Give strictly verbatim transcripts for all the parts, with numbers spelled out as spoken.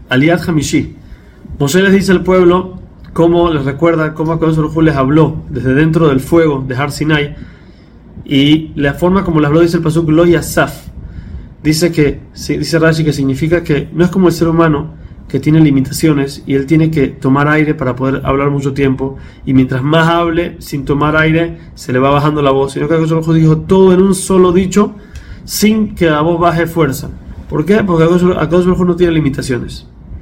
Aliyat Hamishi. Moshe les dice al pueblo cómo les recuerda cómo Akadosh Baruj Hu les habló desde dentro del fuego de Har Sinai, y la forma como les habló, dice el pasuk Lo Yasaf. Dice que, dice Rashi, que significa que no es como el ser humano que tiene limitaciones y él tiene que tomar aire para poder hablar mucho tiempo, y mientras más hable sin tomar aire se le va bajando la voz, sino que Akadosh Baruj Hu dijo todo en un solo dicho sin que la voz baje fuerza. ¿Por qué? Porque Akadosh Baruj Hu no tiene limitaciones.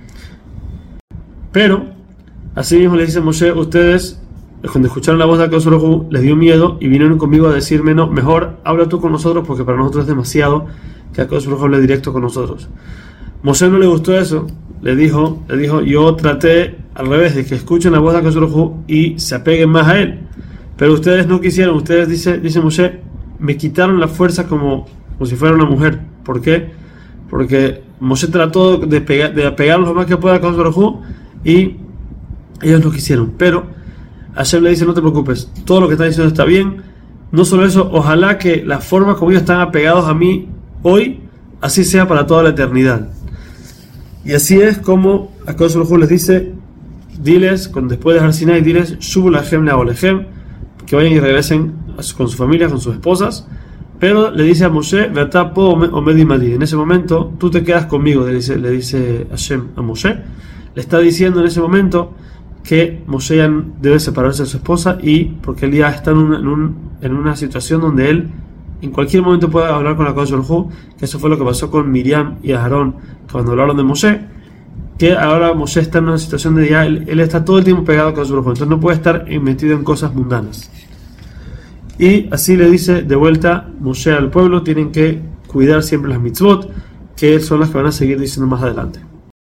Pero así mismo le dice Moshe, ustedes cuando escucharon la voz de Akadosh Baruj Hu les dio miedo y vinieron conmigo a decirme, no, mejor habla tú con nosotros porque para nosotros es demasiado que Akadosh Baruj Hu hable directo con nosotros. Moshe no le gustó eso, le dijo, le dijo, yo traté al revés, de que escuchen la voz de Akadosh Baruj Hu y se apeguen más a él, pero ustedes no quisieron. Ustedes, dice, dice Moshe, me quitaron la fuerza como, como si fuera una mujer. ¿Por qué? Porque Moshe trató de, pegar, de apegarlos lo más que pueda a Akadosh Baruj Hu y ellos no quisieron. Pero Hashem le dice, no te preocupes, todo lo que estás diciendo está bien. No solo eso, ojalá que la forma como ellos están apegados a mí hoy, así sea para toda la eternidad. Y así es como Akadosh Baruj Hu les dice, diles, con, después de Har Sinai, diles, Shubu lachem le'olechem, que vayan y regresen a su, con su familia, con sus esposas. Pero le dice a Moshe, Ve'ata po omed imadi, en ese momento tú te quedas conmigo, le dice, le dice Hashem a Moshe. Le está diciendo en ese momento que Moshe ya debe separarse de su esposa, y porque él ya está en una, en, un, en una situación donde él en cualquier momento puede hablar con Akadosh Baruj Hu, que eso fue lo que pasó con Miriam y Aarón cuando hablaron de Moshe, que ahora Moshe está en una situación de ya, él, él está todo el tiempo pegado a Akadosh Baruj Hu, entonces no puede estar metido en cosas mundanas. Y así le dice de vuelta Moshe al pueblo, tienen que cuidar siempre las mitzvot, que son las que van a seguir diciendo más adelante.